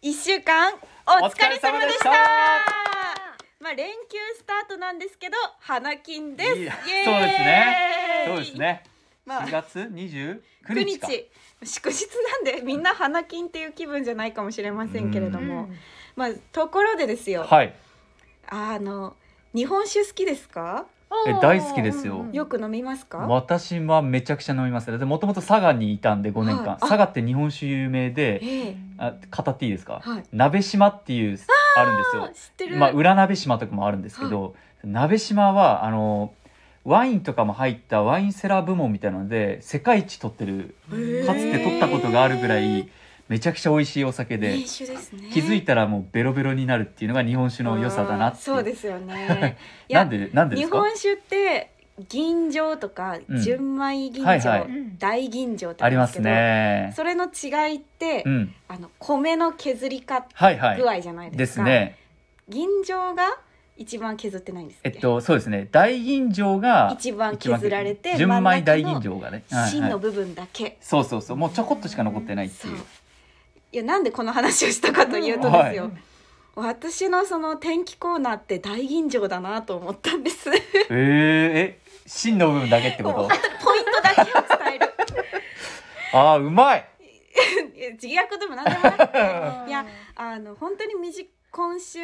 1週間お疲れ様でした。連休スタートなんですけど花金です。イエーイ。 そうですね。4月29日か。 祝日なんでみんな花金っていう気分じゃないかもしれませんけれども、ところでですよ、 はい、 日本酒好きですか？ 大好きですよ。 よく飲みますか？ 私はめちゃくちゃ飲みます。もともと佐賀にいたんで5年間、佐賀って日本酒有名で、語っていいですか？鍋島っていうあるんですよ。 知ってる。 裏鍋島とかもあるんですけど、鍋島はワインとかも入ったワインセラー部門みたいなので世界一取ってる、かつて取ったことがあるぐらいめちゃくちゃ美味しいお酒で、 名酒ですね。 気づいたらもうベロベロになるっていうのが日本酒の良さだなっていう。 そうですよね。 なんでですか？ 日本酒って吟醸とか純米吟醸、大吟醸ってありますけど、それの違いって、米の削り具合じゃないですか。ですね。吟醸が一番削ってないんですっけ？ そうですね。大吟醸が一番削られて、 純米大吟醸がね、 芯の部分だけ。 そうもうちょこっとしか残ってないっていう。 いや、なんでこの話をしたかというとですよ、私のその天気コーナーって大吟醸だなと思ったんです。 芯の部分だけってこと？ ポイントだけを伝える。 うまい。 自虐でもなんでもなくて、いや本当に今週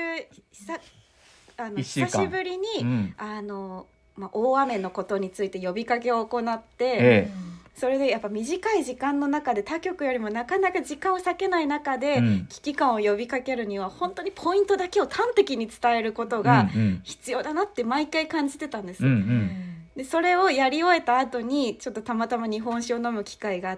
久しぶりに、大雨のことについて呼びかけを行って、それでやっぱ短い時間の中で他局よりもなかなか時間を割けない中で、危機感を呼びかけるには本当にポイントだけを端的に伝えることが必要だなって毎回感じてたんです。でそれをやり終えた後にちょっとたまたま日本酒を飲む機会があって、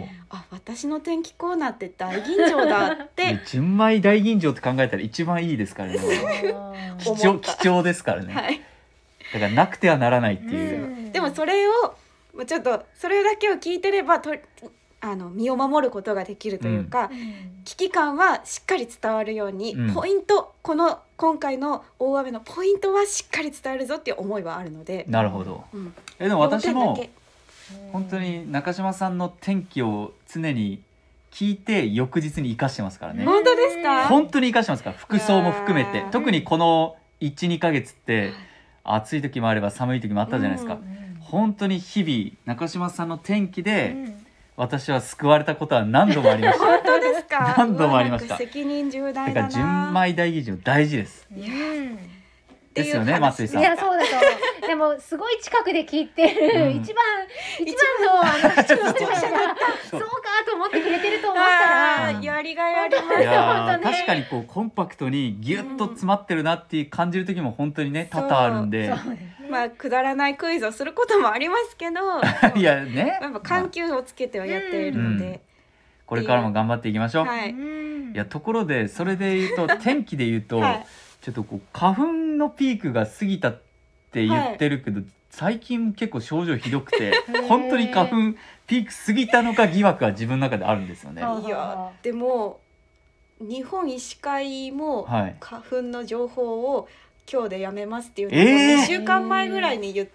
私の天気コーナーって大吟醸だって純米大吟醸って考えたら一番いいですからね。貴重ですからね、だからなくてはならないっていう、 でもそれをちょっとそれだけを聞いてれば身を守ることができるというか、危機感はしっかり伝わるように、ポイント、今回の大雨のポイントはしっかり伝えるぞっていう思いはあるので。 なるほど、でも私も本当に中島さんの天気を常に聞いて翌日に生かしてますからね。 本当ですか？ 本当に生かしてますから、服装も含めて。特にこの 1,2 ヶ月って暑い時もあれば寒い時もあったじゃないですか。本当に日々中島さんの天気で、私は救われたことは何度もありました。 本当ですか？ 何度もありました。 責任重大だな。 だから純米大吟醸大事です。ですよね、松井さん。 いや、そうだと思う。でもすごい近くで聞いてる、一番の視聴者がそうかと思ってくれてると思ったら、 やりがいあります。 いや確かにこうコンパクトにギュッと詰まってるなって感じる時も本当にね、多々あるんで、 くだらないクイズをすることもありますけどいやね、 やっぱ緩急をつけてはやっているので、 これからも頑張っていきましょう。いや、ところでそれで言うと天気で言うと、ちょっとこう花粉のピークが過ぎたって言ってるけど、最近結構症状ひどくて本当に花粉ピーク過ぎたのか疑惑は自分の中であるんですよね。 いやでも日本医師会も花粉の情報を今日でやめますっていうのを2週間前ぐらいに言って、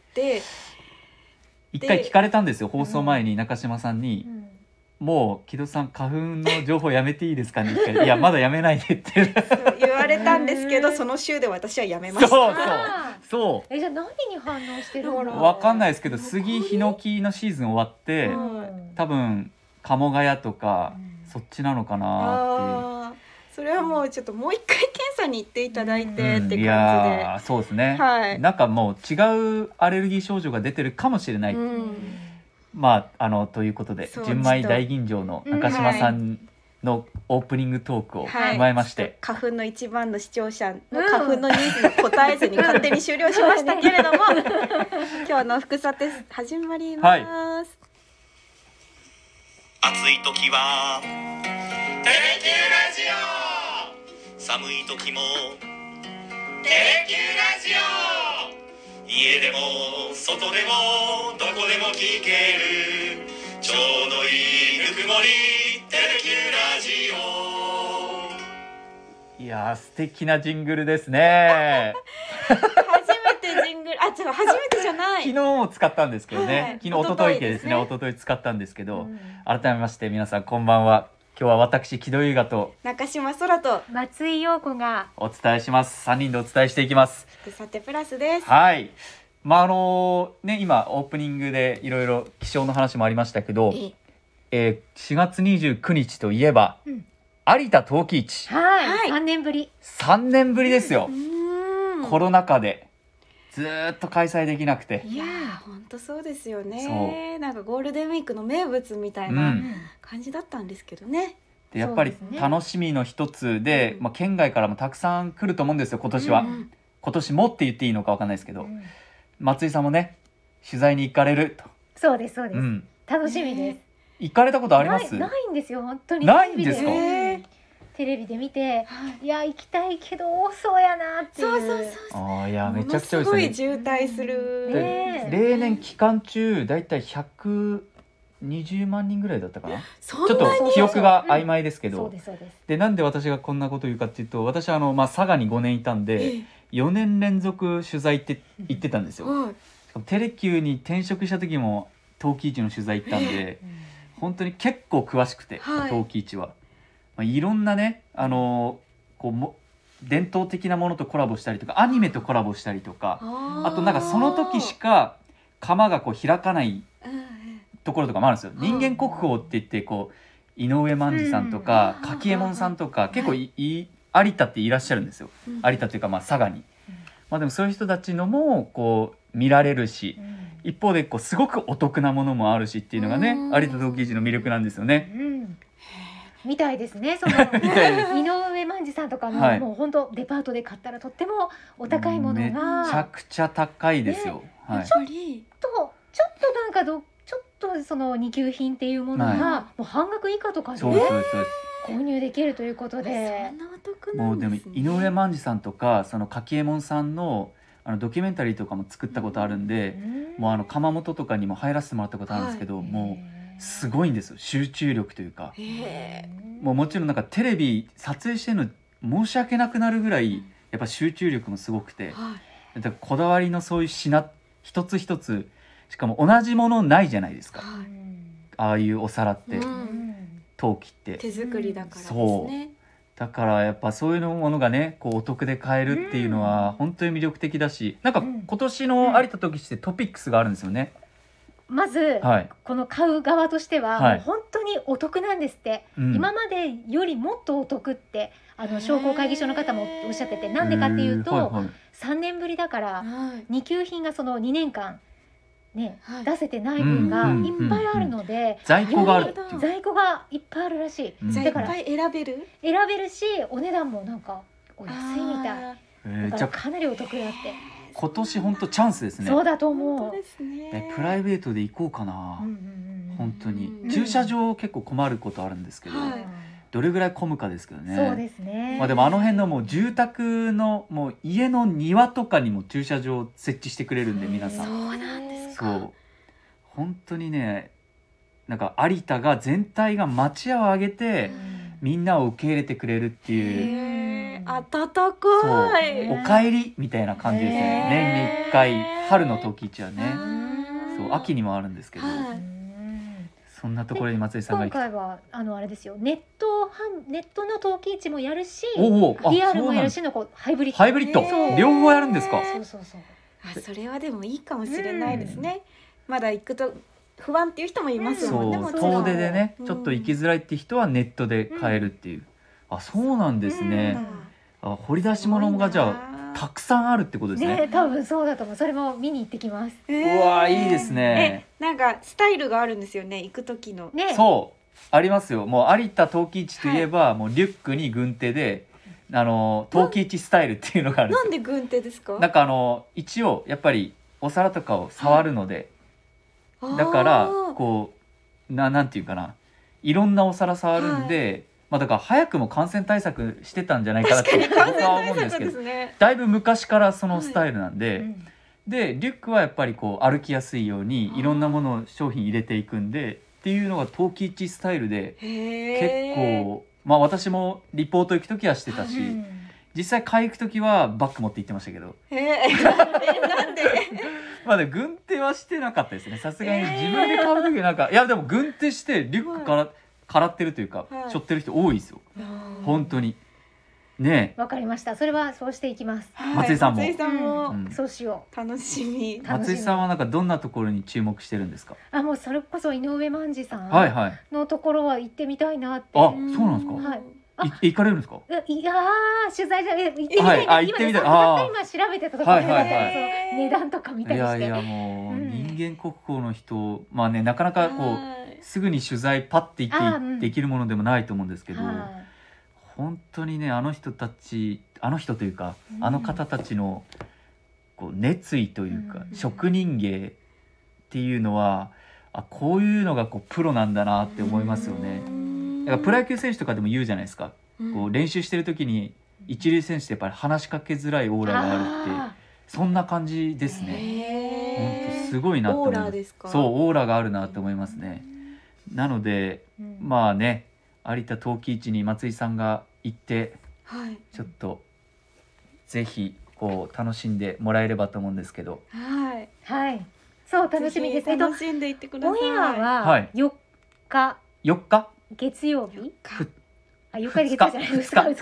一回聞かれたんですよ、放送前に中島さんに。もう木戸さん花粉の情報やめていいですかねっていやまだやめないでって言われたんですけど、その週で私はやめました。 じゃあ何に反応してるの？ わかんないですけど、杉ヒノキのシーズン終わって、多分鴨ヶ谷とか、そっちなのかなっていう。 それはもうちょっともう一回検査に行っていただいてって感じで、 いやそうですね、なんかもう違うアレルギー症状が出てるかもしれない、ということで純米大吟醸の中島さんのオープニングトークを踏まえまして、 花粉の一番の視聴者の花粉のニーズに答えずに勝手に終了しましたけれども今日の福さて始まります。 暑い時はテレキューラジオ、寒い時もテレキューラジオ、家でも外でもどこでも聞けるちょうどいいぬくもりテレキューラジオ。 いや素敵なジングルですね初めてジングル、初めてじゃない、 昨日も使ったんですけどね、昨日一昨日ですね、一昨日使ったんですけど、改めまして皆さんこんばんは。 今日は私木戸優雅と中島空と松井陽子がお伝えします。3人でお伝えしていきます。 さてプラスです。 はい。今オープニングでいろいろ気象の話もありましたけど、4月29日といえば、有田陶器市。 はい、3年ぶり。 3年ぶりですよ。コロナ禍でずっと開催できなくて。 いや本当そうですよね。なんかゴールデンウィークの名物みたいな感じだったんですけどね。 でやっぱり楽しみの一つで、県外からもたくさん来ると思うんですよ今年は。今年もって言っていいのか分かんないですけど、松井さんもね取材に行かれると。 そうですそうです、楽しみです。 行かれたことあります？ ないんですよ本当に。 ないんですか？ テレビで見て、いや行きたいけど多そうやなっていう。 いやめちゃくちゃ多いですね。 すごい渋滞する。 例年期間中だいたい120万人ぐらいだったかな。ちょっと記憶が曖昧ですけど。でなんで私がこんなこと言うかっていうと、私は佐賀に5年いたんで4年連続取材って行ってたんですよ。しかもテレキューに転職した時も陶器市の取材行ったんで、本当に結構詳しくて、陶器市は。いろんなね、伝統的なものとコラボしたりとかアニメとコラボしたりとか、あとなんかその時しか窯が開かないところとかもあるんですよ。人間国宝って言って井上万次さんとか柿右衛門さんとか結構有田っていらっしゃるんですよ。有田っていうか佐賀に。でもそういう人たちのも見られるし、一方ですごくお得なものもあるしっていうのがね有田陶器市の魅力なんですよね。 みたいですね。その井上万次さんとかも、もう本当デパートで買ったらとってもお高いものがめちゃくちゃ高いですよ。 ちょっとなんかちょっとその2級品っていうものがもう半額以下とかで購入できるということで、 もうでも井上万次さんとかその柿右衛門さんのドキュメンタリーとかも作ったことあるんで、もう窯元とかにも入らせてもらったことあるんですけど、もうすごいんですよ集中力というか。もちろんなんかテレビ撮影してるの申し訳なくなるぐらいやっぱ集中力もすごくて、だからこだわりのそういう品一つ一つ、しかも同じものないじゃないですか、ああいうお皿って、陶器って手作りだからですね。 だからやっぱそういうものがねお得で買えるっていうのは本当に魅力的だし、なんか今年の有田陶器市ってトピックスがあるんですよね。 まず、この買う側としては、もう本当にお得なんですって、今までよりもっとお得って商工会議所の方もおっしゃってて、なんでかっていうと、3年ぶりだから2級品がその2年間ね、出せてない分がいっぱいあるので、 在庫があるっていう、 在庫がいっぱいあるらしい。 だからいっぱい選べるし、お値段もなんかお安いみたい。だからかなりお得だって。 今年本当チャンスですね。 そうだと思う。 プライベートで行こうかな。本当に駐車場結構困ることあるんですけど、どれぐらい混むかですけどね。 そうですね。 でもあの辺のもう住宅のもう家の庭とかにも駐車場設置してくれるんで、皆さん。 そうなんですか。 そう本当にね、なんか有田が全体が町屋を挙げてみんなを受け入れてくれるっていう。 暖かい。 お帰りみたいな感じですね。年に1回春の陶器市はね、そう秋にもあるんですけど、そんなところに松井さんが今回はあれですよ、ネットの陶器市もやるし、リアルもやるしのハイブリッド両方やるんですか。 それはでもいいかもしれないですね。まだ行くと不安っていう人もいますもんね。 遠出でねちょっと行きづらいって人はネットで買えるっていう。そうなんですね。掘り出し物がじゃあたくさんあるってことですね。 多分そうだと思う。それも見に行ってきます。 うわいいですね。 なんかスタイルがあるんですよね、行く時の。 そうありますよ。もう有田陶器市といえば、もうリュックに軍手で陶器市スタイルっていうのがあるんですよ。 なんで軍手ですか？ なんか一応やっぱりお皿とかを触るので、だからなんていうかな、いろんなお皿触るんで、だから早くも感染対策してたんじゃないかなって僕は思うんですけど、だいぶ昔からそのスタイルなんで、でリュックはやっぱり歩きやすいようにいろんなものを商品入れていくんでっていうのが陶器市スタイルで、結構私もリポート行く時はしてたし、実際買い行く時はバッグ持って行ってましたけど。 なんでで軍手はしてなかったですね。さすがに自分で買う時なんかいやでも軍手してリュックからからってるというか、背負ってる人多いですよ、本当にね。 わかりました。それはそうしていきます。 松井さんも、 そうしよう。楽しみ。 松井さんはなんかどんなところに注目してるんですか？ もうそれこそ井上万次さんのところは行ってみたいなって。 そうなんですか？行かれるんですか？ いや取材じゃ行ってみたい。今調べてたところで値段とか見たりして。 いやもう人間国宝の人、まあね、なかなかこうすぐに取材パッて行ってできるものでもないと思うんですけど、本当にね、あの人というかあの方たちのこう熱意というか職人芸っていうのは、こういうのがこうプロなんだなって思いますよね。だからプロ野球選手とかでも言うじゃないですか、こう練習してる時に一流選手ってやっぱり話しかけづらいオーラがあるって、そんな感じですね。本当すごいなと思います。 オーラですか？ そう、オーラがあるなと思いますね。なので、まあね、有田陶器市に松井さんが行って、ちょっとぜひこう楽しんでもらえればと思うんですけど。 はい、そう楽しみです。 楽しんでいってください。 オンエアは4日月曜日。4日で月曜じゃない、2日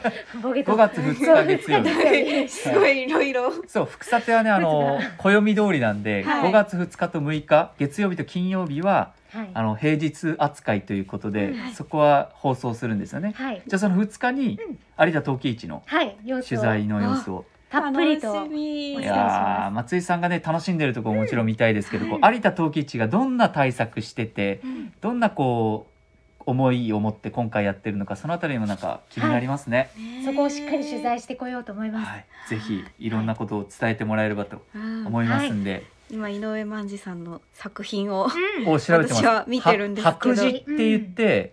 5月2日月曜日すごいいろいろ。 そう、福さてはね、暦通りなんで、5月2日と6日月曜日と金曜日は平日扱いということで、そこは放送するんですよね。じゃあその2日に有田陶器市の取材の様子をたっぷりとお伝えします。 松井さんがね楽しんでるところももちろん見たいですけど、有田陶器市がどんな対策してて、どんなこう思いを持って今回やってるのか、そのあたりもなんか気になりますね。 そこをしっかり取材してこようと思います。 ぜひいろんなことを伝えてもらえればと思いますんで。 今井上万次さんの作品を調べてます。 私は見てるんですけど、 白磁って言って、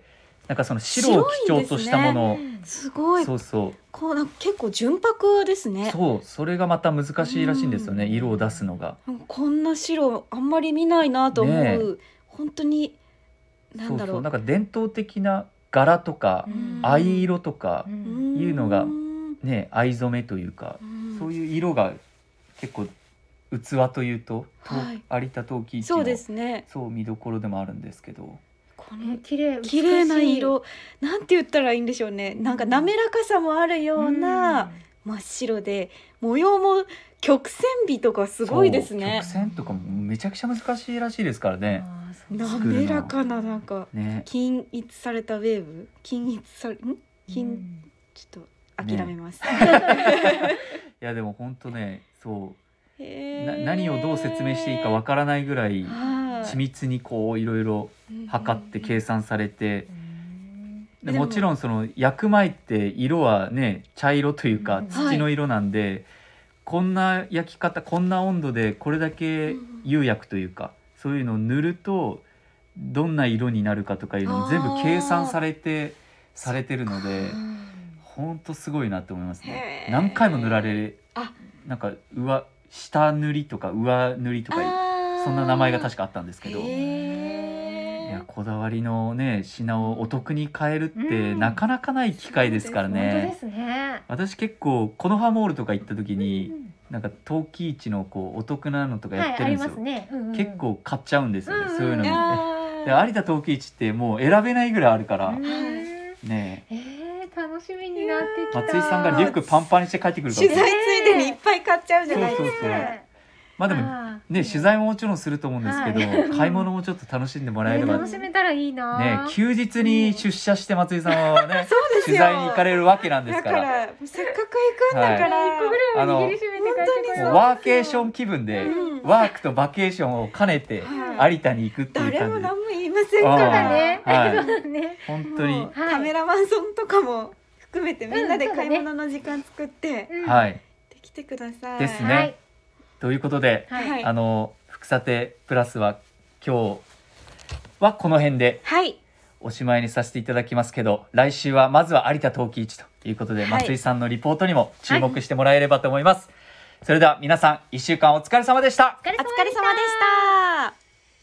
なんかその白を基調としたもの、 すごい、 そうこうなんか結構純白ですね。 それがまた難しいらしいんですよね、色を出すのが。 こんな白あんまり見ないなと思う、本当になんだろう、 なんか伝統的な柄とか藍色とかいうのがね、藍染めというか、そういう色が結構器というと、有田陶器市の見どころでもあるんですけど、 この綺麗な色、なんて言ったらいいんでしょうね。なんか滑らかさもあるような真っ白で、模様も曲線美とかすごいですね。 曲線とかもめちゃくちゃ難しいらしいですからね。 滑らかな、なんか均一されたウェーブ、ちょっと諦めます。いやでも本当ね、何をどう説明していいかわからないぐらい緻密にこういろいろ測って計算されて、もちろんその焼く前って色はね茶色というか土の色なんで、こんな焼き方、こんな温度でこれだけ釉薬というかそういうのを塗るとどんな色になるかとかいうのも全部計算されてるので、本当すごいなって思いますね。何回も塗られ、なんか下塗りとか上塗りとかそんな名前が確かあったんですけど、いやこだわりのね品をお得に買えるってなかなかない機会ですからね。私結構このハモールとか行った時になんか陶器市のこうお得なのとかやってるんですよ。結構買っちゃうんですよね、そういうのも。で有田陶器市ってもう選べないぐらいあるからね。 楽しみになってきた。 松井さんがリュックパンパンにして帰ってくるから、 取材ついでにいっぱい買っちゃうじゃないですか。 まあでもね、取材ももちろんすると思うんですけど、買い物もちょっと楽しんでもらえれば、 楽しめたらいいな。 ね、休日に出社して松井さんはね取材に行かれるわけなんですから。 だからせっかく行くんだから、 ワーケーション気分でワークとバケーションを兼ねて有田に行くっていう感じで。 誰も何も言いませんからね。 本当にカメラマンさんとかも含めてみんなで買い物の時間作ってできてください。 ですね。ということで、福さてプラスは今日はこの辺でおしまいにさせていただきますけど、来週はまずは有田陶器市ということで、松井さんのリポートにも注目してもらえればと思います。それでは皆さん1週間お疲れ様でした。 お疲れ様でした。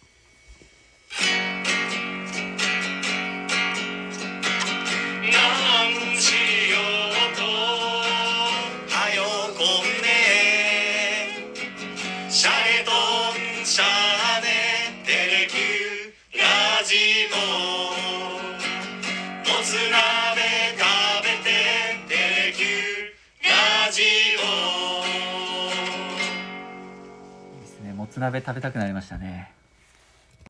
シャレとんシャーネテレキューラジオね、もつ鍋食べたくなりましたね。